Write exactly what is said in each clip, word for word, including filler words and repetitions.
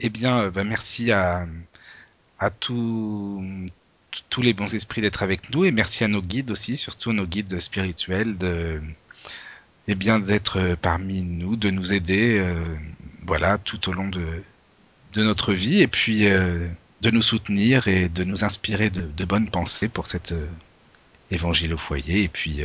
Eh bien, euh, bah, merci à, à tous tous les bons esprits d'être avec nous et merci à nos guides aussi, surtout nos guides spirituels, de, eh bien, d'être euh, parmi nous, de nous aider, euh, voilà, tout au long de, de notre vie et puis euh, de nous soutenir et de nous inspirer de, de bonnes pensées pour cet euh, évangile au foyer et puis euh,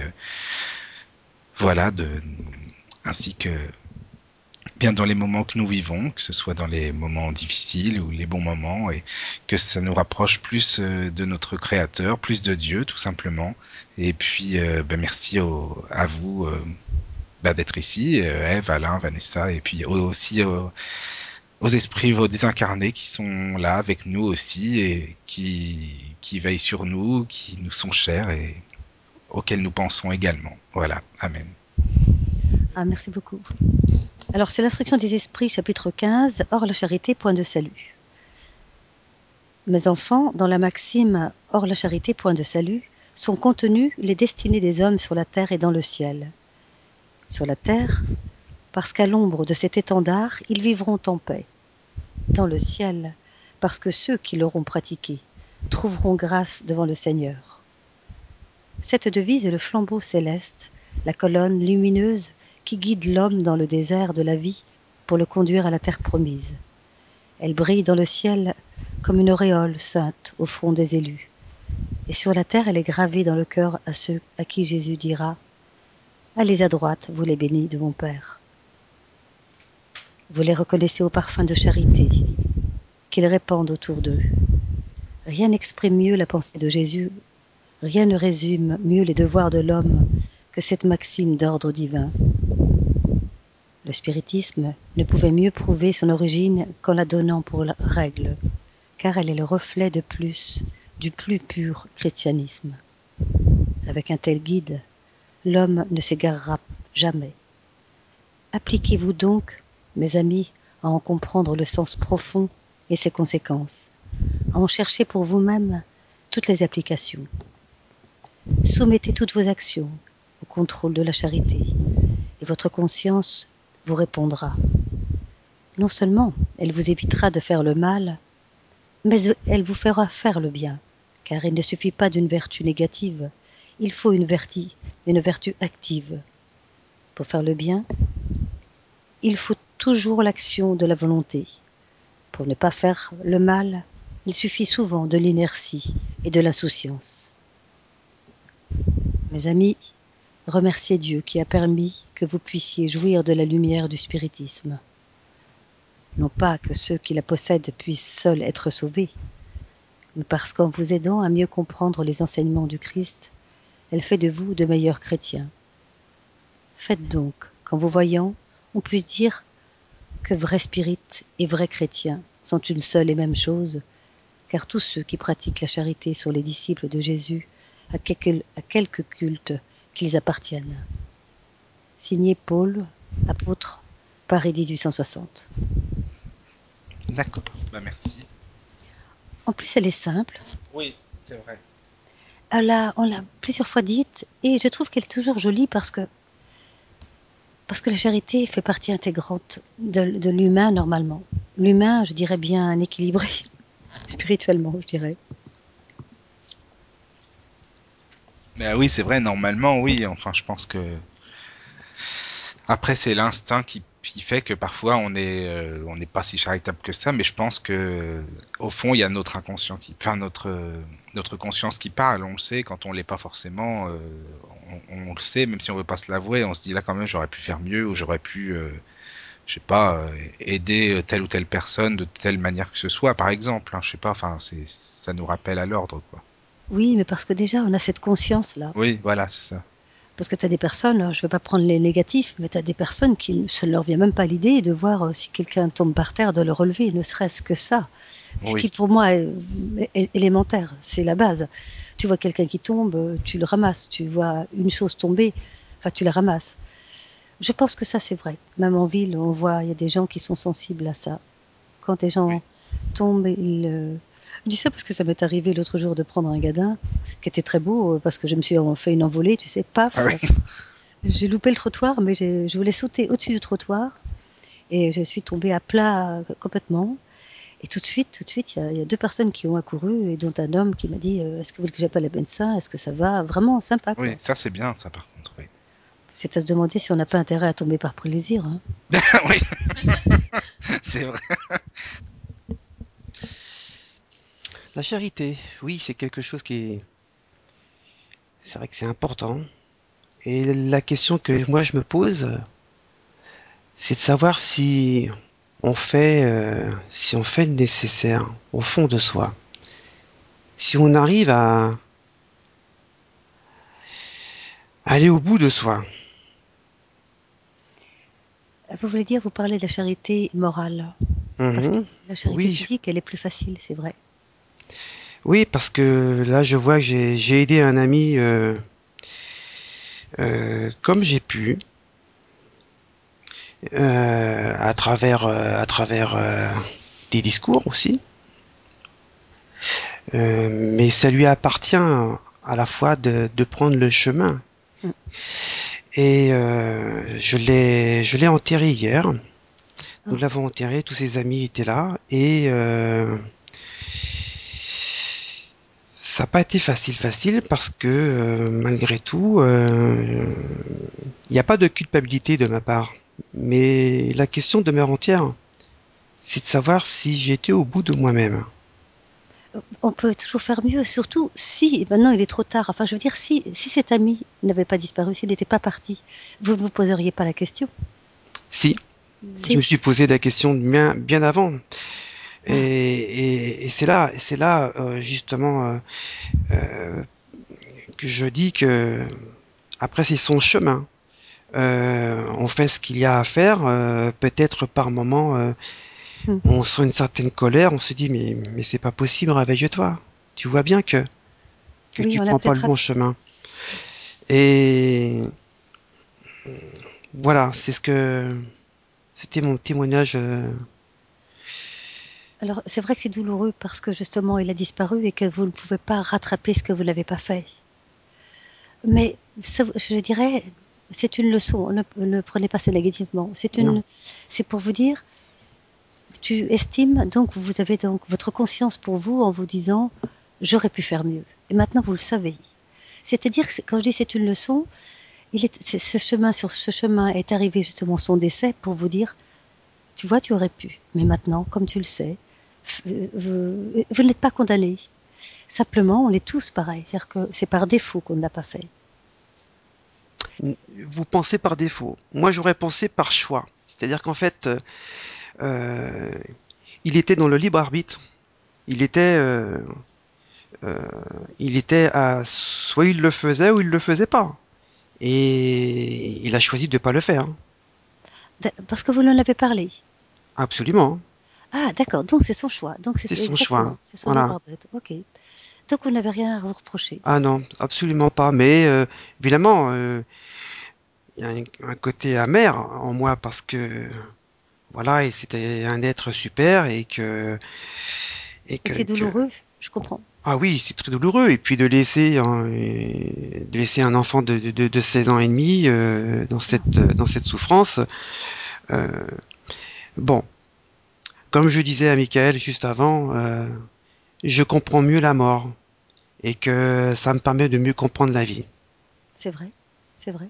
voilà, de, ainsi que bien dans les moments que nous vivons, que ce soit dans les moments difficiles ou les bons moments, et que ça nous rapproche plus euh, de notre Créateur, plus de Dieu, tout simplement. Et puis, euh, ben merci au, à vous euh, ben d'être ici, euh, Eve, Alain, Vanessa, et puis aussi aux, aux esprits, aux désincarnés qui sont là avec nous aussi et qui, qui veillent sur nous, qui nous sont chers et auxquels nous pensons également. Voilà, Amen. Ah, merci beaucoup. Alors, c'est l'instruction des esprits, chapitre quinze, hors la charité, point de salut. Mes enfants, dans la maxime hors la charité, point de salut, sont contenues les destinées des hommes sur la terre et dans le ciel. Sur la terre, parce qu'à l'ombre de cet étendard, ils vivront en paix. Dans le ciel, parce que ceux qui l'auront pratiqué trouveront grâce devant le Seigneur. Cette devise est le flambeau céleste, la colonne lumineuse qui guide l'homme dans le désert de la vie pour le conduire à la terre promise. Elle brille dans le ciel comme une auréole sainte au front des élus. Et sur la terre, elle est gravée dans le cœur à ceux à qui Jésus dira « Allez à droite, vous les bénis de mon Père ». Vous les reconnaissez au parfum de charité qu'ils répandent autour d'eux. Rien n'exprime mieux la pensée de Jésus, rien ne résume mieux les devoirs de l'homme que cette maxime d'ordre divin. Le spiritisme ne pouvait mieux prouver son origine qu'en la donnant pour règle, car elle est le reflet de plus du plus pur christianisme. Avec un tel guide, l'homme ne s'égarera jamais. Appliquez-vous donc, mes amis, à en comprendre le sens profond et ses conséquences, à en chercher pour vous-même toutes les applications. Soumettez toutes vos actions au contrôle de la charité, et votre conscience vous répondra. Non seulement elle vous évitera de faire le mal, mais elle vous fera faire le bien, car il ne suffit pas d'une vertu négative, il faut une vertu, une vertu active. Pour faire le bien, il faut toujours l'action de la volonté. Pour ne pas faire le mal, il suffit souvent de l'inertie et de l'insouciance. Mes amis, remerciez Dieu qui a permis que vous puissiez jouir de la lumière du spiritisme. Non pas que ceux qui la possèdent puissent seuls être sauvés, mais parce qu'en vous aidant à mieux comprendre les enseignements du Christ, elle fait de vous de meilleurs chrétiens. Faites donc qu'en vous voyant, on puisse dire que vrai spirit et vrai chrétien sont une seule et même chose, car tous ceux qui pratiquent la charité sont les disciples de Jésus, à quelque, à quelque culte qu'ils appartiennent. Signé Paul, apôtre, Paris dix-huit cent soixante. D'accord, bah merci. En plus, elle est simple. Oui, c'est vrai. Elle a, on l'a plusieurs fois dite, et je trouve qu'elle est toujours jolie parce que, parce que la charité fait partie intégrante de, de l'humain normalement. L'humain, je dirais bien équilibré, spirituellement, je dirais. Mais oui, c'est vrai, normalement, oui. Enfin, je pense que après, c'est l'instinct qui, qui fait que parfois on est, euh, on n'est pas si charitable que ça. Mais je pense que au fond, il y a notre inconscient qui, enfin notre euh, notre conscience qui parle. On le sait quand on l'est pas forcément. Euh, on, on le sait, même si on veut pas se l'avouer. On se dit là quand même, j'aurais pu faire mieux ou j'aurais pu, euh, je sais pas, euh, aider telle ou telle personne de telle manière que ce soit, par exemple. Hein, je sais pas. Enfin, c'est, ça nous rappelle à l'ordre, quoi. Oui, mais parce que déjà, on a cette conscience-là. Oui, voilà, c'est ça. Parce que tu as des personnes, je ne vais pas prendre les négatifs, mais tu as des personnes qui ne leur vient même pas l'idée de voir euh, si quelqu'un tombe par terre, de le relever, ne serait-ce que ça. Ce qui Oui, pour moi est, est élémentaire, c'est la base. Tu vois quelqu'un qui tombe, tu le ramasses. Tu vois une chose tomber, enfin tu la ramasses. Je pense que ça c'est vrai. Même en ville, on voit, il y a des gens qui sont sensibles à ça. Quand des oui. gens tombent, ils... euh, Je dis ça parce que ça m'est arrivé l'autre jour de prendre un gadin qui était très beau, euh, parce que je me suis fait une envolée, tu sais, Ah paf. oui. J'ai loupé le trottoir, mais je voulais sauter au-dessus du trottoir et je suis tombée à plat euh, complètement. Et tout de suite, tout de suite, il y a, il y a deux personnes qui ont accouru et dont un homme qui m'a dit euh, est-ce que vous voulez que j'appelle le médecin? Est-ce que ça va? Vraiment sympa, Oui, quoi. ça c'est bien, ça par contre, oui. C'est à se demander si on n'a pas intérêt à tomber par plaisir, hein. Oui, c'est vrai. La charité, oui, c'est quelque chose qui est... C'est vrai que c'est important. Et la question que moi je me pose, c'est de savoir si on fait, euh, si on fait le nécessaire au fond de soi. Si on arrive à aller au bout de soi. Vous voulez dire, vous parlez de la charité morale. Parce que Mhm. la charité Oui, physique, elle est plus facile, c'est vrai. oui, parce que là je vois que j'ai j'ai aidé un ami euh, euh, comme j'ai pu, euh, à travers, euh, à travers euh, des discours aussi. Euh, mais ça lui appartient à la fois de, de prendre le chemin. Mm. Et euh, je l'ai, je l'ai enterré hier. Nous Oh, l'avons enterré, tous ses amis étaient là, et euh, ça n'a pas été facile, facile, parce que euh, malgré tout, euh, il n'y a pas de culpabilité de ma part. Mais la question demeure entière, c'est de savoir si j'étais au bout de moi-même. on peut toujours faire mieux, surtout si maintenant il est trop tard. Enfin, je veux dire, si, si cet ami n'avait pas disparu, s'il n'était pas parti, vous ne vous poseriez pas la question. Si, je me Si. suis posé la question bien, bien avant. Et, Ah, et, et c'est là, c'est là euh, justement euh, euh, que je dis que après c'est son chemin. Euh, on fait ce qu'il y a à faire. Euh, peut-être par moment, euh, hmm. on sent une certaine colère. On se dit mais mais c'est pas possible. Réveille-toi. Tu vois bien que que Oui, tu on a prends pas le peut-être bon chemin. Et voilà, c'est ce que c'était mon témoignage. euh, alors, c'est vrai que c'est douloureux parce que justement, il a disparu et que vous ne pouvez pas rattraper ce que vous n'avez pas fait. Mais ça, je dirais, c'est une leçon. Ne, ne prenez pas ça négativement. C'est non. une, c'est pour vous dire, tu estimes donc vous avez donc votre conscience pour vous en vous disant, j'aurais pu faire mieux. Et maintenant, vous le savez. C'est-à-dire que quand je dis c'est une leçon, il est, c'est, ce chemin sur ce chemin est arrivé justement son décès pour vous dire, tu vois, tu aurais pu. Mais maintenant, comme tu le sais, vous, vous, vous n'êtes pas condamné. Simplement, on est tous pareils. C'est-à-dire que c'est par défaut qu'on ne l'a pas fait. Vous pensez par défaut. Moi, j'aurais pensé par choix. C'est-à-dire qu'en fait, euh, il était dans le libre arbitre. Il était, euh, euh, il était à soit il le faisait ou il le faisait pas. Et il a choisi de pas le faire. Parce que vous en avez parlé. Absolument. Ah, d'accord. Donc c'est son choix. Donc C'est c'est son choix. exactement. C'est son libre Voilà. arbitre. Ok. Donc vous n'avez rien à vous reprocher. Ah non, absolument pas. Mais euh, évidemment, euh, il y a un, un côté amer en moi parce que voilà, et c'était un être super et que et Et que, c'est que douloureux. Je comprends. ah oui, c'est très douloureux. Et puis de laisser un, de laisser un enfant de, de, de seize ans et demi euh, dans cette, dans cette souffrance. Euh, bon, comme je disais à Michael juste avant, euh, je comprends mieux la mort et que ça me permet de mieux comprendre la vie. C'est vrai. C'est vrai.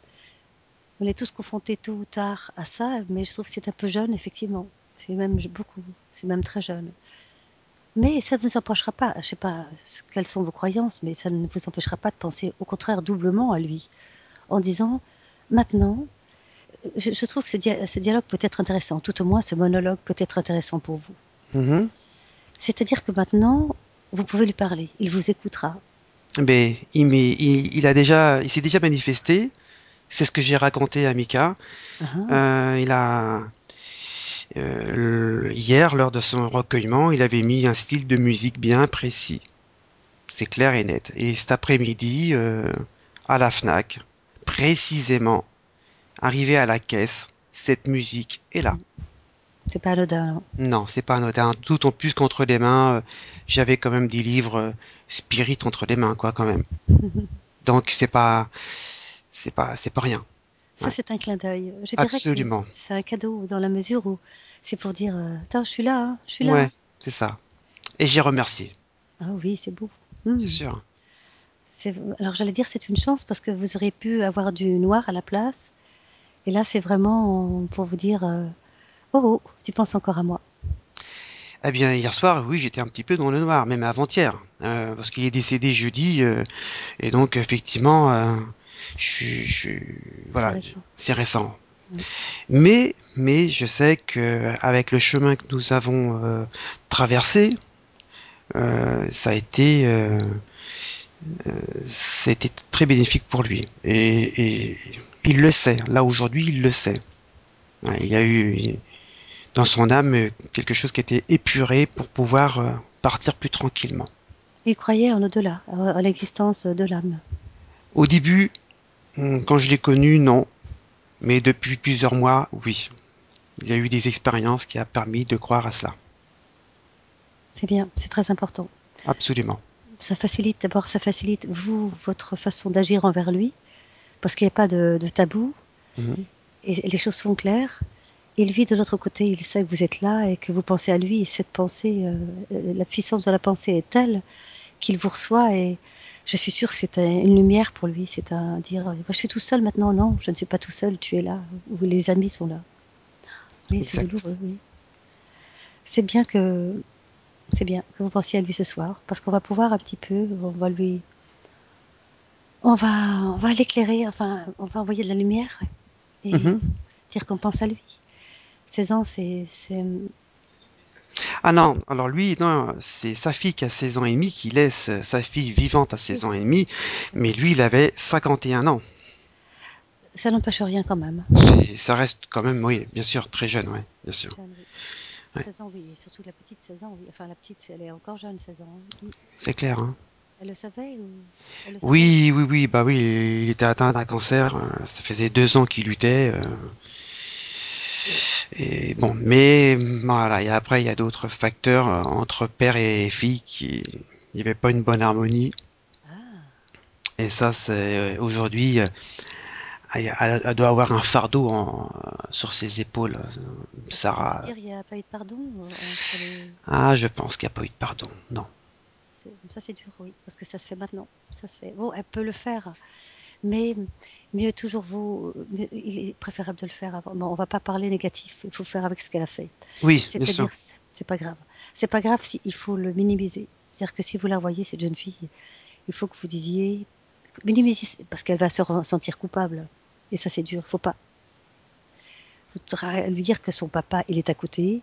On est tous confrontés tôt ou tard à ça, mais je trouve que c'est un peu jeune, effectivement. C'est même beaucoup. C'est même très jeune. Mais ça ne vous empêchera pas, je ne sais pas quelles sont vos croyances, mais ça ne vous empêchera pas de penser au contraire doublement à lui, en disant, maintenant, je, je trouve que ce, dia ce dialogue peut être intéressant, tout au moins ce monologue peut être intéressant pour vous. Mhm. C'est-à-dire que maintenant, vous pouvez lui parler, il vous écoutera. Mais il, m'est- il, il a déjà, il s'est déjà manifesté. C'est ce que j'ai raconté à Mika. Ah, Euh, il a euh, hier, lors de son recueillement, il avait mis un style de musique bien précis. C'est clair et net. Et cet après-midi, euh, à la Fnac, précisément, arrivé à la caisse, cette musique est là. c'est pas anodin, non. Non, c'est pas anodin. Tout en plus qu'entre les mains, euh, j'avais quand même des livres euh, spirit entre les mains, quoi, quand même. Donc c'est pas, c'est pas, c'est pas rien. Ça, Ouais, c'est un clin d'œil. Je dirais que c'est absolument. c'est un cadeau dans la mesure où C'est pour dire, euh, attends, je suis là, hein, je suis là. Ouais, Hein. c'est ça. Et j'ai remercié, Ah oui, c'est beau. bien Hmm. sûr. C'est- Alors j'allais dire c'est une chance parce que vous auriez pu avoir du noir à la place. Et là, c'est vraiment pour vous dire, euh, oh, oh, tu penses encore à moi. Eh bien, hier soir, oui, j'étais un petit peu dans le noir, même avant-hier, euh, parce qu'il est décédé jeudi, euh, et donc effectivement, euh, je, suis- je, suis- C'est voilà, récent. c'est récent. Oui. Mais, mais je sais que avec le chemin que nous avons euh, traversé, euh, ça a été, euh, ça a été très bénéfique pour lui. Et, et il le sait. Là aujourd'hui, il le sait. Ouais, il y a eu dans son âme quelque chose qui était épuré pour pouvoir euh, partir plus tranquillement. Il croyait en au-delà, à l'existence de l'âme. Au début, quand je l'ai connu, non. Mais depuis plusieurs mois, oui. Il y a eu des expériences qui a permis de croire à cela. C'est bien, c'est très important. Absolument. Ça facilite, d'abord, ça facilite vous, votre façon d'agir envers lui, parce qu'il n'y a pas de, de tabou, Mhm. et les choses sont claires. Et lui, de l'autre côté, il sait que vous êtes là et que vous pensez à lui, et cette pensée, euh, la puissance de la pensée est telle qu'il vous reçoit, et je suis sûre que c'est un- une lumière pour lui, c'est un dire, moi, je suis tout seul maintenant, non, je ne suis pas tout seul, tu es là, ou les amis sont là. Oui, c'est Exact. douloureux, oui. C'est bien que c'est bien que vous pensiez à lui ce soir, parce qu'on va pouvoir un petit peu, on va lui, on va, on va l'éclairer, enfin, on va envoyer de la lumière et Mhm. dire qu'on pense à lui. seize ans, c'est, c'est, Ah non, alors lui, non, c'est sa fille qui a seize ans et demi qui laisse sa fille vivante à seize oui, ans et demi, mais lui, il avait cinquante et un ans. ça n'empêche rien quand même. C'est- Ça reste quand même, oui, bien sûr, très jeune, oui, bien sûr. Jeune, oui. Ouais, seize ans, oui, et surtout la petite seize ans, oui. Enfin, la petite, elle est encore jeune, seize ans. Hein. c'est clair, hein. Elle le savait ou elle le savait? Oui, oui, oui, bah oui, il était atteint d'un cancer, euh, ça faisait deux ans qu'il luttait, euh, et bon, mais voilà, et après, il y a d'autres facteurs euh, entre père et fille qui, il n'y avait pas une bonne harmonie, Ah, et ça, c'est aujourd'hui, euh, elle, elle doit avoir un fardeau en- sur ses épaules, euh, parce que vous voulez Sarah. dire, il n'y a pas eu de pardon euh, entre les. Ah, je pense qu'il n'y a pas eu de pardon. Non. c'est- Ça, c'est dur, oui, parce que ça se fait maintenant. Ça se fait. Bon, elle peut le faire, mais mieux toujours vous, mieux- il est préférable de le faire avant. Bon, on va pas parler négatif, il faut faire avec ce qu'elle a fait. Oui, bien sûr. C'est-à-dire, c'est c'est pas grave. C'est pas grave si il faut le minimiser. C'est-à-dire que si vous la voyez, cette jeune fille, il faut que vous disiez, minimiser, parce qu'elle va se sentir coupable. Et ça, c'est dur. Faut pas. Faudra lui dire que son papa, il est à côté,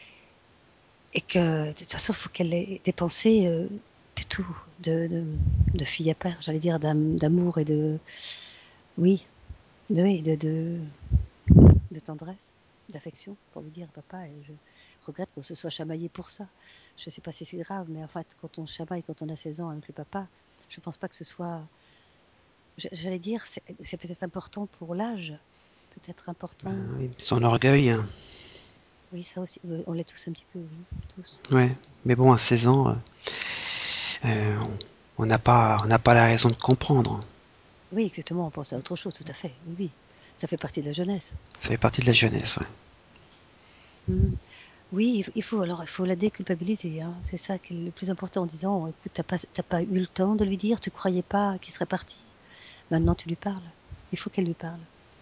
et que de toute façon, il faut qu'elle ait des pensées euh, plutôt de, de, de fille à père, j'allais dire, d'amour et de, oui, de, oui, de, de, de tendresse, d'affection, pour lui dire, papa, je regrette qu'on se soit chamaillé pour ça. Je ne sais pas si c'est grave, mais en fait, quand on chamaille, quand on a seize ans avec le papa, je ne pense pas que ce soit, j'allais dire, c'est c'est peut-être important pour l'âge, peut-être important, Oui, son orgueil, hein. oui, ça aussi, oui, on l'est tous un petit peu, oui, tous. Ouais. Mais bon, à seize ans, euh, euh, on n'a pas, on n'a pas la raison de comprendre. Oui, exactement, on pense à autre chose, tout à fait, oui, oui, ça fait partie de la jeunesse. Ça fait partie de la jeunesse, ouais. Mm. Oui, il faut alors il faut la déculpabiliser, hein. C'est ça qui est le plus important en disant, écoute, t'as pas, t'as pas eu le temps de lui dire, tu croyais pas qu'il serait parti. Maintenant, tu lui parles. Il faut qu'elle lui parle.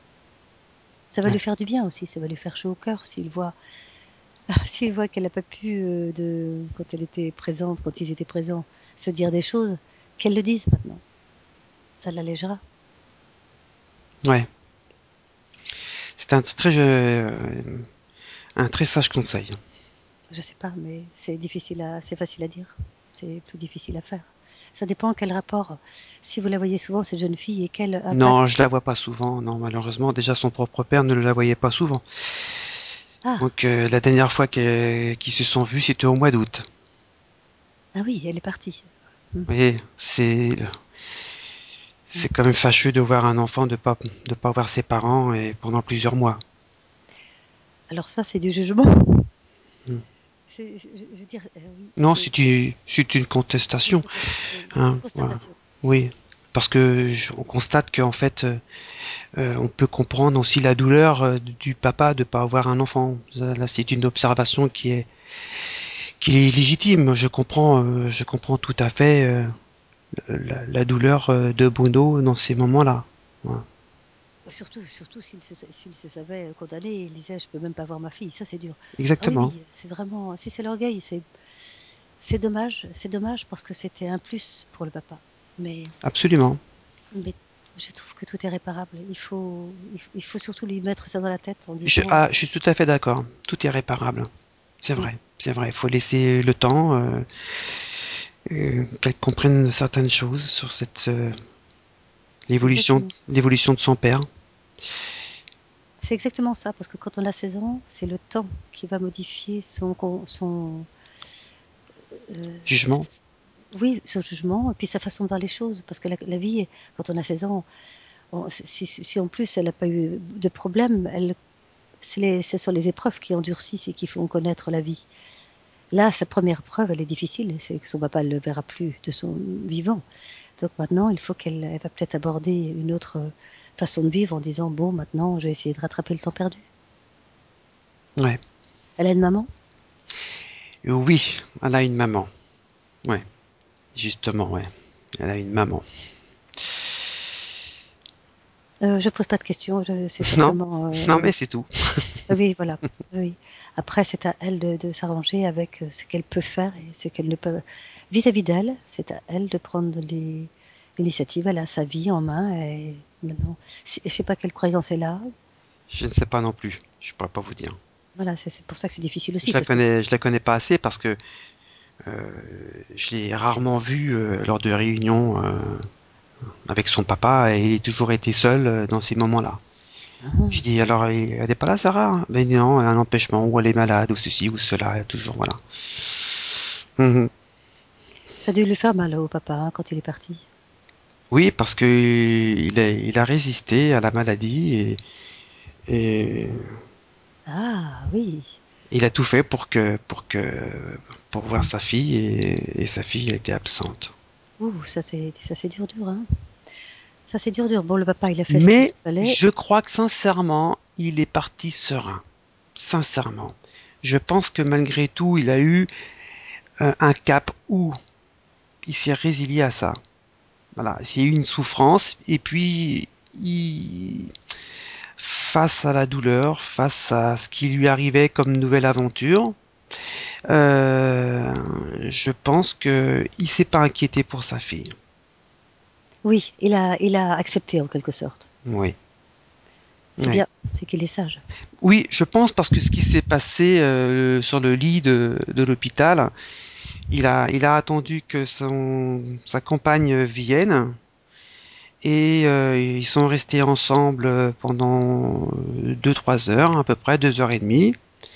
Ça va lui Ouais. faire du bien aussi, ça va lui faire chaud au cœur s'il voit, s'il voit qu'elle n'a pas pu, euh, de, quand elle était présente, quand ils étaient présents, se dire des choses, qu'elle le dise maintenant. Ça l'allégera. Ouais. C'est un très, euh, un très sage conseil. Je sais pas, mais c'est difficile à, c'est facile à dire. C'est plus difficile à faire. Ça dépend quel rapport. Si vous la voyez souvent, cette jeune fille, et quel Non, impact. je la vois pas souvent. Non, malheureusement, déjà son propre père ne la voyait pas souvent. Ah, Donc euh, la dernière fois que- qu'ils se sont vus, c'était au mois d'août. ah oui, elle est partie. Hmm, Vous voyez, c'est hmm. c'est quand même fâcheux de voir un enfant de pas de pas voir ses parents et pendant plusieurs mois. Alors ça, c'est du jugement. Hmm. C'est, je, je veux dire, euh, oui, Non, c'est c'est une, c'est une une contestation. contestation, oui, une Hein, voilà. constatation. Oui. parce que je- on constate qu'en fait, euh, euh, on peut comprendre aussi la douleur euh, du papa de pas avoir un enfant. Là, c'est une observation qui est qui est légitime. Je comprends, euh, je comprends tout à fait euh, la, la douleur euh, de Bono dans ces moments-là. Voilà. Surtout, surtout s'il se, s'il se savait condamné, il disait je peux même pas voir ma fille. Ça, c'est dur. Ah oui, Exactement, oui, c'est vraiment. Si c'est l'orgueil, c'est c'est dommage. C'est dommage parce que c'était un plus pour le papa. Mais, absolument. mais je trouve que tout est réparable. Il faut, il faut, il faut surtout lui mettre ça dans la tête en Je, disant ah, je suis tout à fait d'accord. Tout est réparable. C'est oui, vrai, c'est vrai. Il faut laisser le temps euh, euh, qu'elle comprenne certaines choses sur cette euh, c'est l'évolution, exactement. l'évolution de son père. C'est exactement ça, parce que quand on a seize ans, c'est le temps qui va modifier son, con- son, euh, Jugement. oui, son jugement et puis sa façon de voir les choses. Parce que la, la vie, quand on a seize ans, on- si, si- si en plus elle n'a pas eu de problème, elle, c'est les, ce sont les épreuves qui endurcissent et qui font connaître la vie. Là, sa première preuve, elle est difficile, c'est que son papa ne le verra plus de son vivant. Donc maintenant, il faut qu'elle elle va peut-être aborder une autre façon de vivre en disant, bon, maintenant, je vais essayer de rattraper le temps perdu. Ouais. Elle a une maman. Oui, elle a une maman. Ouais, justement, ouais. Elle a une maman. Euh, je pose pas de questions, je- c'est Non, simplement, euh, non, oui, mais c'est tout. oui, voilà, oui. Après, c'est à elle de, de s'arranger avec euh, ce qu'elle peut faire et ce qu'elle ne peut. Vis-à-vis d'elle, c'est à elle de prendre les l'initiative. Elle a sa vie en main et maintenant, si- je sais pas quelle croyance elle a. Je ne sais pas non plus. Je pourrais pas vous dire. Voilà, c'est c'est pour ça que c'est difficile Je aussi la parce que connais, je la connais pas assez parce que euh, je l'ai rarement vue euh, lors de réunions euh, avec son papa et il a toujours été seul euh, dans ces moments-là. Je ah, dis alors, elle elle est pas là, Sarah? Ben non, elle a un empêchement ou elle est malade ou ceci ou cela, toujours voilà. Mhm. ça a dû lui faire mal au papa hein, quand il est parti. Oui, parce que il a, il a résisté à la maladie et, et Ah oui, il a tout fait pour que pour que pour voir sa fille et, et sa fille elle était absente. ouh, ça c'est ça c'est dur dur hein. Ça c'est dur dur. Bon, le papa il a fait ce qu'il Mais fallait. je crois que sincèrement, il est parti serein. Sincèrement. Je pense que malgré tout, il a eu euh, un cap où il s'est résilié à ça. Voilà, c'est eu une souffrance et puis il, face à la douleur, face à ce qui lui arrivait comme nouvelle aventure, euh, je pense que il s'est pas inquiété pour sa fille. Oui, il a il a accepté en quelque sorte. Oui, C'est oui. bien, c'est qu'il est sage. Oui, je pense parce que ce qui s'est passé euh, sur le lit de, de l'hôpital, il a, il a attendu que son, sa compagne vienne et euh, ils sont restés ensemble pendant deux trois heures, à peu près deux heures et demie.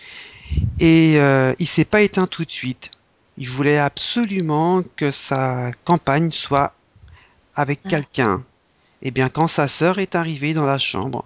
Et euh, il s'est pas éteint tout de suite. Il voulait absolument que sa compagne soit avec Ah, quelqu'un. Et bien, quand sa sœur est arrivée dans la chambre,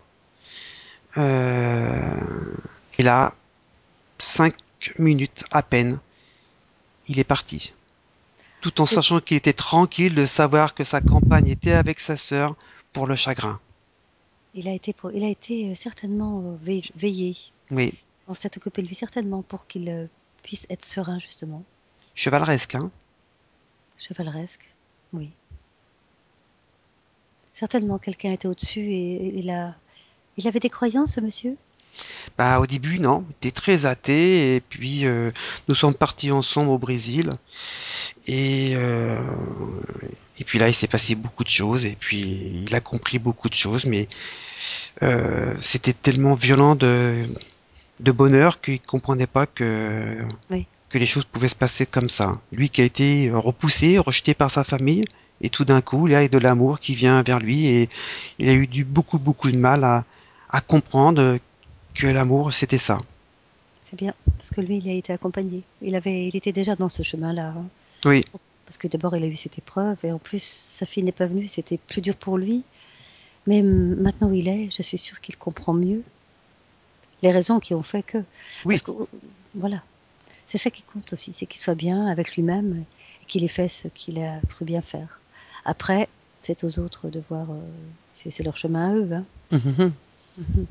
euh, et là, cinq minutes à peine, il est parti. Tout en et sachant qu'il était tranquille de savoir que sa compagne était avec sa sœur pour le chagrin. il a été pro- il a été euh, certainement euh, veille- veillé. Oui, On s'est occupé de lui certainement pour qu'il euh, puisse être serein justement, chevaleresque, hein. chevaleresque. Oui, certainement quelqu'un était au-dessus et, et il a il avait des croyances, ce monsieur? Bah, au début, non, il était très athée, et puis euh, nous sommes partis ensemble au Brésil, et, euh, et puis là, il s'est passé beaucoup de choses, et puis il a compris beaucoup de choses, mais euh, c'était tellement violent de, de bonheur qu'il comprenait pas que, Oui. que les choses pouvaient se passer comme ça. Lui qui a été repoussé, rejeté par sa famille, et tout d'un coup, il y a de l'amour qui vient vers lui, et il a eu du beaucoup, beaucoup de mal à, à comprendre que l'amour, c'était ça. C'est bien, parce que lui, il a été accompagné. Il avait, il était déjà dans ce chemin-là, hein. Oui, Parce que d'abord, il a eu cette épreuve, et en plus, sa fille n'est pas venue, c'était plus dur pour lui. Mais hum, maintenant où il est, je suis sûre qu'il comprend mieux les raisons qui ont fait que. oui, Parce que, euh, voilà, c'est ça qui compte aussi, c'est qu'il soit bien avec lui-même et qu'il ait fait ce qu'il a cru bien faire. Après, c'est aux autres de voir. euh, c'est, c'est leur chemin à eux. Hein. Mhm. Mhm.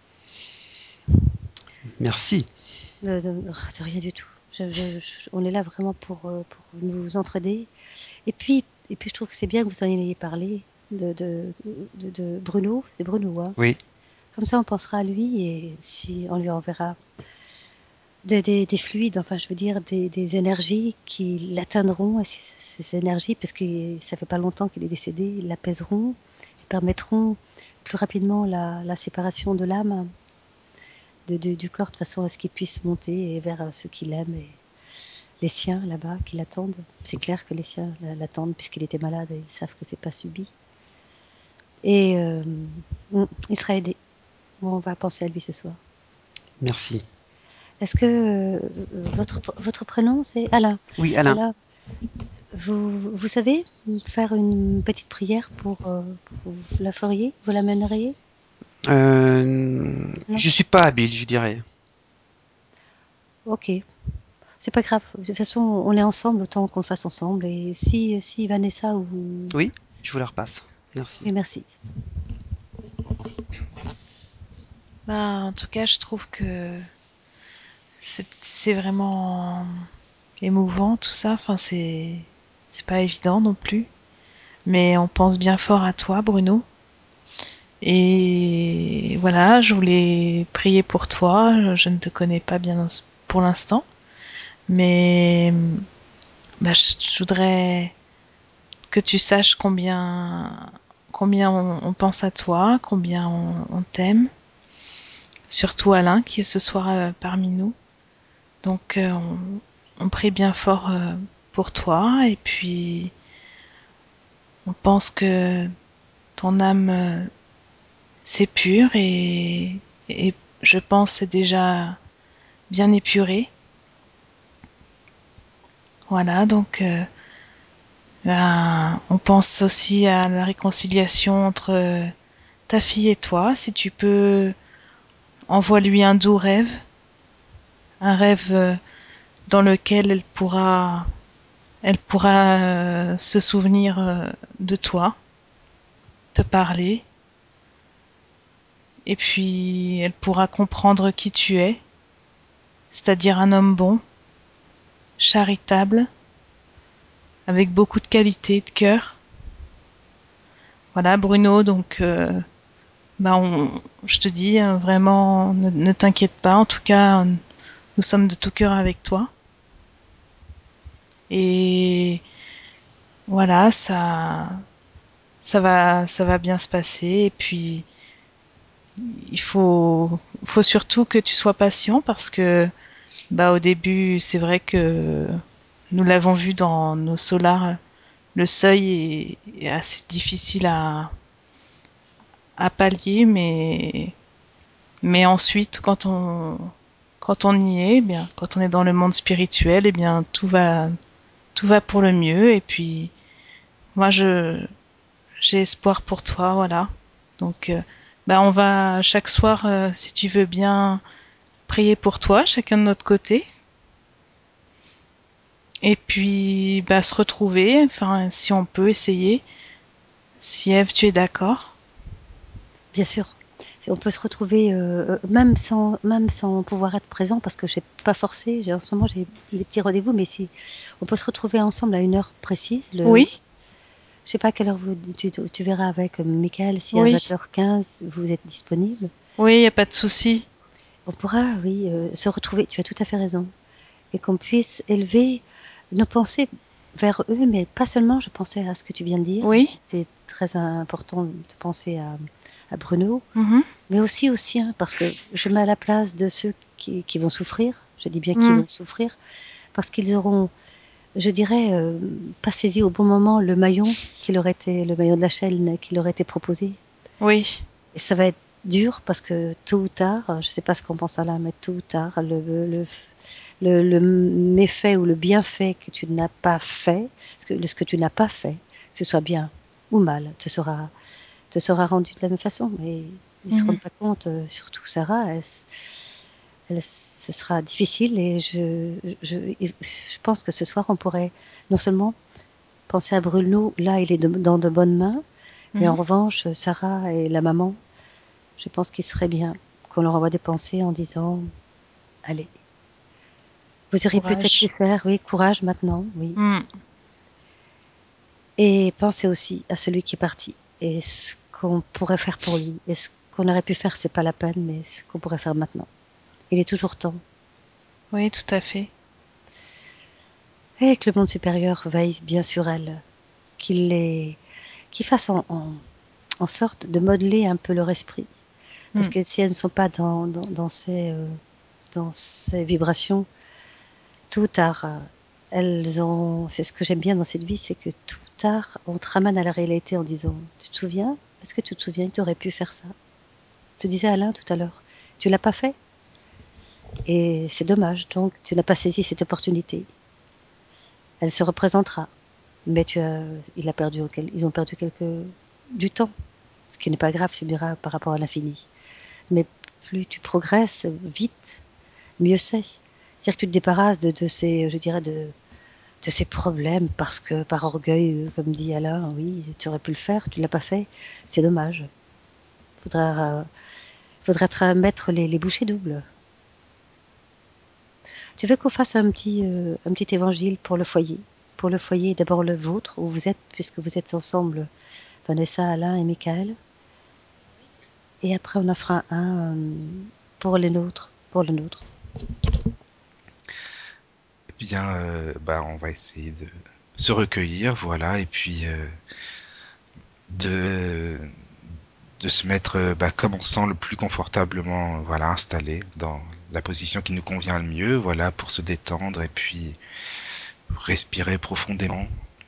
Merci. De, de- de rien du tout. Je- je- je- on est là vraiment pour, euh, pour nous entraider. Et puis, et puis, je trouve que c'est bien que vous en ayez parlé de, de, de, de Bruno. C'est Bruno, hein. Oui, Comme ça, on pensera à lui et si on lui enverra des, des, des fluides, enfin, je veux dire, des, des énergies qui l'atteindront, et ces, ces énergies, parce que ça fait pas longtemps qu'il est décédé, l'apaiseront, et permettront plus rapidement la, la séparation de l'âme de, de- du corps, de façon à ce qu'il puisse monter et vers ceux qu'il aime et les siens là-bas qui l'attendent. C'est clair que les siens la- l'attendent puisqu'il était malade et ils savent que c'est pas subi. Et euh, on- il sera aidé. Bon, on va penser à lui ce soir. merci. Est-ce que euh, votre, votre prénom c'est Alain? Oui, Alain. Alain, vous, vous savez faire une petite prière pour, euh, pour- vous la feriez? Vous la mèneriez? Euh, Non? je suis pas habile, je dirais. Ok. C'est pas grave. De toute façon, on est ensemble, autant qu'on le fasse ensemble. Et si, si Vanessa ou... Oui, je vous la repasse. Merci. Oui, merci. Bah, en tout cas, je trouve que c'est c'est vraiment émouvant tout ça. Enfin, c'est c'est pas évident non plus. Mais on pense bien fort à toi, Bruno. Et voilà, je voulais prier pour toi. Je ne te connais pas bien pour l'instant, mais bah, je, je voudrais que tu saches combien combien on, on pense à toi, combien on, on t'aime. Surtout Alain qui est ce soir euh, parmi nous. Donc euh, on, on prie bien fort euh, pour toi et puis on pense que ton âme euh, c'est pur et, et je pense c'est déjà bien épuré. Voilà, donc euh, ben, on pense aussi à la réconciliation entre euh, ta fille et toi. Si tu peux, envoie-lui un doux rêve, un rêve euh, dans lequel elle pourra, elle pourra euh, se souvenir euh, de toi, te parler, et puis elle pourra comprendre qui tu es, c'est-à-dire un homme bon, charitable, avec beaucoup de qualité de cœur. Voilà, Bruno, donc euh, bah on, je te dis euh, vraiment, ne, ne t'inquiète pas. En tout cas, nous sommes de tout cœur avec toi. Et voilà, ça, ça va, ça va bien se passer. Et puis, il faut, faut surtout que tu sois patient parce que, bah, au début, c'est vrai que nous l'avons vu dans nos solars, le seuil est, est assez difficile à, à pallier, mais, mais ensuite, quand on, quand on y est, eh bien, quand on est dans le monde spirituel, eh bien, tout va, tout va pour le mieux. Et puis, moi, je, j'ai espoir pour toi, voilà. Donc, euh, bah, on va chaque soir, euh, si tu veux bien, prier pour toi, chacun de notre côté. Et puis, bah, se retrouver, enfin, si on peut essayer. Si Eve, tu es d'accord. Bien sûr. On peut se retrouver euh, même sans même sans pouvoir être présent parce que je n'ai pas forcé. J'ai, en ce moment, j'ai des petits rendez-vous, mais si on peut se retrouver ensemble à une heure précise. Le, Oui, je sais pas à quelle heure vous, tu, tu verras avec Michael si à oui, vingt heures quinze vous êtes disponible. oui, il n'y a pas de souci. On pourra, oui, euh, se retrouver. Tu as tout à fait raison. Et qu'on puisse élever nos pensées vers eux, mais pas seulement. Je pensais à ce que tu viens de dire. Oui, C'est très important de penser à, à Bruno, mhm, mais aussi aux siens, parce que je mets à la place de ceux qui, qui vont souffrir. Je dis bien qui mhm, vont souffrir, parce qu'ils auront, je dirais, euh, pas saisi au bon moment le maillon qui leur était, le maillon de la chaîne qui leur était proposé. oui, Et ça va être dur parce que tôt ou tard, je ne sais pas ce qu'on pense à là, mais tôt ou tard, le, le, le, le méfait ou le bienfait que tu n'as pas fait, ce que, ce que tu n'as pas fait, que ce soit bien ou mal, te sera, te sera rendu de la même façon. Mais ils ne se mhm. rendent pas compte, euh, surtout Sarah, elle, elle, ce sera difficile et je, je, je pense que ce soir, on pourrait non seulement Pensez à Bruno, là, il est de, dans de bonnes mains. Mhm. Et en revanche, Sarah et la maman, je pense qu'il serait bien qu'on leur envoie des pensées en disant, allez, vous auriez peut-être pu Courage. faire, oui, courage maintenant, oui. Mm. Et pensez aussi à celui qui est parti et ce qu'on pourrait faire pour lui. Et ce qu'on aurait pu faire, c'est pas la peine, mais ce qu'on pourrait faire maintenant. Il est toujours temps. Oui, tout à fait. Et que le monde supérieur veille bien sur elle, qu'il les, qu'il fasse en, en, en sorte de modeler un peu leur esprit. Parce Mm. que si elles ne sont pas dans, dans, dans, ces, euh, dans ces vibrations, tôt ou tard, euh, elles ont. C'est ce que j'aime bien dans cette vie, c'est que tôt ou tard, on te ramène à la réalité en disant, tu te souviens? Est-ce que tu te souviens que tu aurais pu faire ça? Tu disais Alain tout à l'heure, tu l'as pas fait. Et c'est dommage, donc tu n'as pas saisi cette opportunité. Elle se représentera. Mais tu as, il a perdu, ils ont perdu quelque, du temps. Ce qui n'est pas grave, tu me diras, par rapport à l'infini. Mais plus tu progresses vite, mieux c'est. C'est-à-dire que tu te débarrasses de, de ces, je dirais, de, de ces problèmes parce que par orgueil, comme dit Alain, oui, tu aurais pu le faire, tu l'as pas fait, c'est dommage. Faudra, euh, faudra te mettre les, les bouchées doubles. Tu veux qu'on fasse un petit, euh, un petit évangile pour le foyer? Pour le foyer, d'abord le vôtre, où vous êtes, puisque vous êtes ensemble, Vanessa, Alain et Michael. Et après, on en fera un euh, pour les nôtres, pour le nôtre. Eh bien, euh, bah, on va essayer de se recueillir, voilà, et puis euh, de de se mettre, euh, bah, comme on se sent le plus confortablement, euh, voilà, installé dans la position qui nous convient le mieux, voilà, pour se détendre et puis respirer profondément,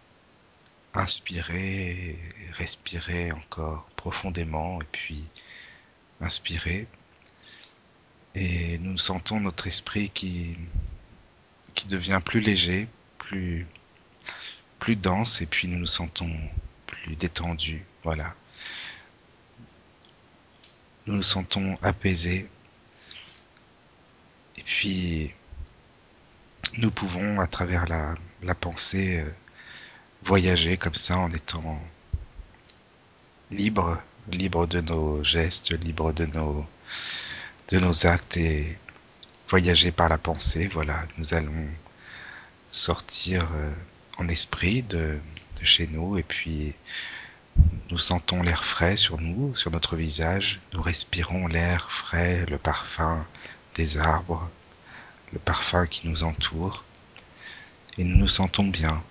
inspirer, respirer encore profondément et puis inspirer. Et nous sentons notre esprit qui qui devient plus léger, plus plus dense et puis nous nous sentons plus détendus, voilà. Nous nous sentons apaisés et puis nous pouvons à travers la la pensée euh, voyager comme ça en étant libre, libre de nos gestes, libre de nos de nos actes et voyager par la pensée. Voilà, nous allons sortir euh, en esprit de, de chez nous et puis nous sentons l'air frais sur nous, sur notre visage. Nous respirons l'air frais, le parfum des arbres, le parfum qui nous entoure et nous nous sentons bien.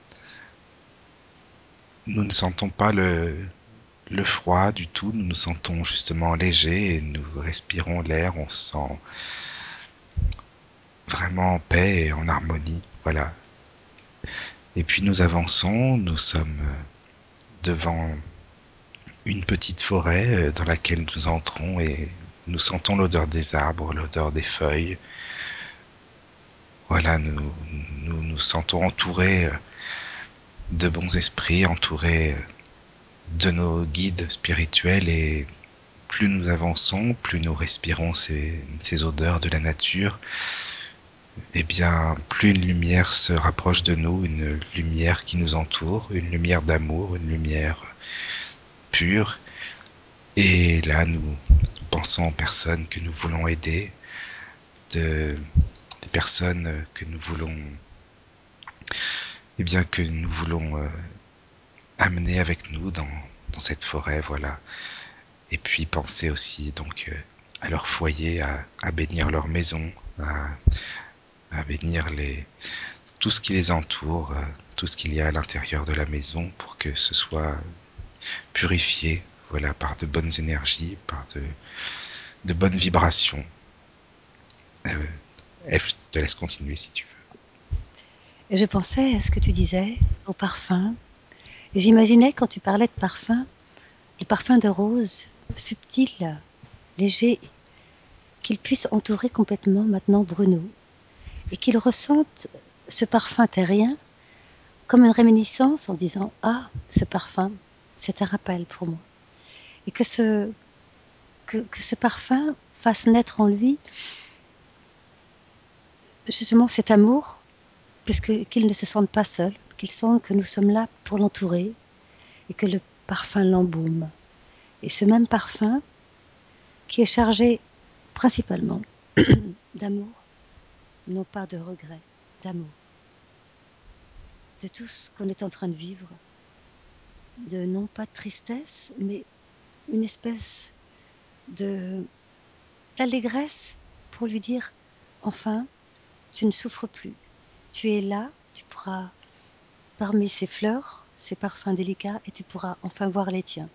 Nous ne sentons pas le le froid du tout, nous nous sentons justement légers et nous respirons l'air, on se sent vraiment en paix et en harmonie, voilà. Et puis nous avançons, nous sommes devant une petite forêt dans laquelle nous entrons et nous sentons l'odeur des arbres, l'odeur des feuilles. Voilà, nous nous, nous sentons entourés de bons esprits, entourés de nos guides spirituels et plus nous avançons, plus nous respirons ces, ces odeurs de la nature, et bien plus une lumière se rapproche de nous, une lumière qui nous entoure, une lumière d'amour, une lumière pure. Et là, nous pensons aux personnes que nous voulons aider, de, des personnes que nous voulons, et bien que nous voulons euh, amener avec nous dans, dans cette forêt, voilà. Et puis penser aussi donc euh, à leur foyer, à, à bénir leur maison, à, à bénir les, tout ce qui les entoure, euh, tout ce qu'il y a à l'intérieur de la maison pour que ce soit purifié, voilà, par de bonnes énergies, par de, de bonnes vibrations. Euh, F, je te laisse continuer si tu veux. Et je pensais à ce que tu disais, au parfum. Et j'imaginais quand tu parlais de parfum, le parfum de rose, subtil, léger, qu'il puisse entourer complètement maintenant Bruno. Et qu'il ressente ce parfum terrien comme une réminiscence en disant « Ah, ce parfum, c'est un rappel pour moi. » Et que ce, que, que ce parfum fasse naître en lui justement cet amour, puisque qu'il ne se sente pas seul, qu'il sente que nous sommes là pour l'entourer et que le parfum l'embaume. Et ce même parfum qui est chargé principalement d'amour, non pas de regret, d'amour, de tout ce qu'on est en train de vivre, de non pas de tristesse, mais une espèce de d'allégresse pour lui dire enfin, tu ne souffres plus, tu es là, tu pourras parmi ces fleurs, ces parfums délicats, et tu pourras enfin voir les tiens.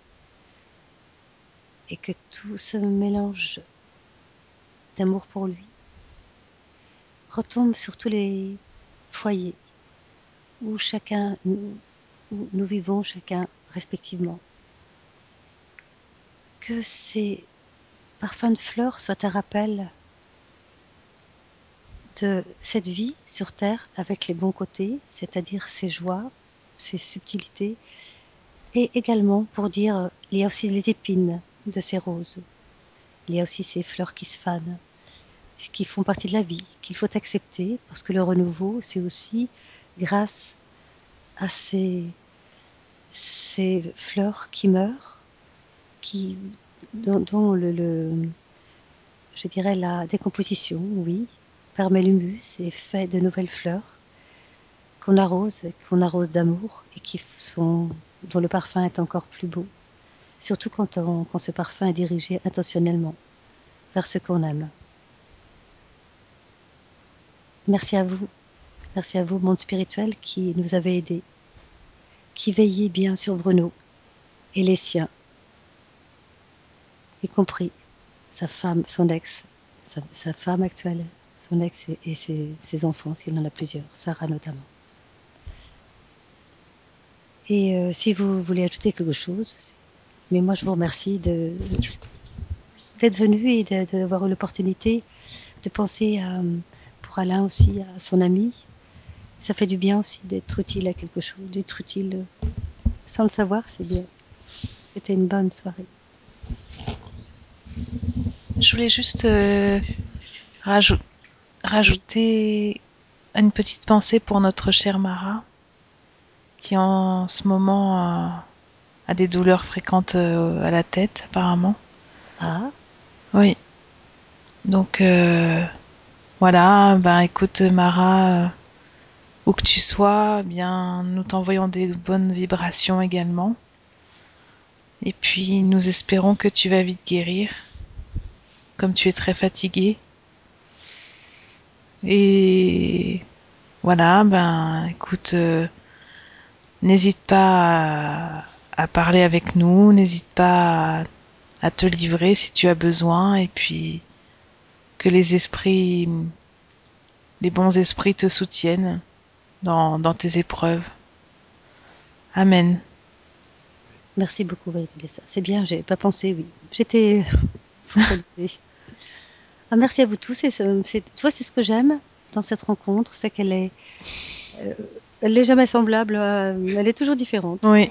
Et que tout ce mélange d'amour pour lui retombe sur tous les foyers où chacun, nous, où nous vivons chacun respectivement. Que ces parfums de fleurs soient un rappel de cette vie sur Terre avec les bons côtés, c'est-à-dire ses joies, ses subtilités, et également pour dire il y a aussi les épines de ces roses, il y a aussi ces fleurs qui se fanent, qui font partie de la vie, qu'il faut accepter, parce que le renouveau, c'est aussi grâce à ces, ces fleurs qui meurent, qui, dont, dont le, le, je dirais la décomposition, oui, permet l'humus et fait de nouvelles fleurs qu'on arrose, qu'on arrose d'amour et qui sont, dont le parfum est encore plus beau. Surtout quand, on, quand ce parfum est dirigé intentionnellement vers ce qu'on aime. Merci à vous. Merci à vous, monde spirituel, qui nous avez aidés, qui veillez bien sur Bruno et les siens, y compris sa femme, son ex, sa, sa femme actuelle, son ex et, et ses, ses enfants, s'il en a plusieurs, Sarah notamment. Et euh, si vous voulez ajouter quelque chose, mais moi je vous remercie de, d'être venu et d'avoir eu l'opportunité de penser à, pour Alain aussi, à son ami. Ça fait du bien aussi d'être utile à quelque chose, d'être utile sans le savoir, c'est bien. C'était une bonne soirée. Je voulais juste euh, rajou- rajouter une petite pensée pour notre chère Mara, qui en ce moment a, a des douleurs fréquentes euh, à la tête, apparemment. Ah, Oui. Donc, euh, voilà, ben écoute Mara, euh, où que tu sois, eh bien nous t'envoyons des bonnes vibrations également. Et puis nous espérons que tu vas vite guérir, comme tu es très fatiguée. Et voilà, ben écoute, euh, n'hésite pas à, à parler avec nous, n'hésite pas à, à te livrer si tu as besoin, et puis que les esprits, les bons esprits te soutiennent dans, dans tes épreuves. Amen. merci beaucoup, Valérie. C'est bien, j'ai pas pensé, oui. J'étais focalisée. Ah, merci à vous tous. Et c'est, tu vois, c'est ce que j'aime dans cette rencontre, c'est qu'elle est, euh, elle n'est jamais semblable, euh, elle est toujours différente. Oui.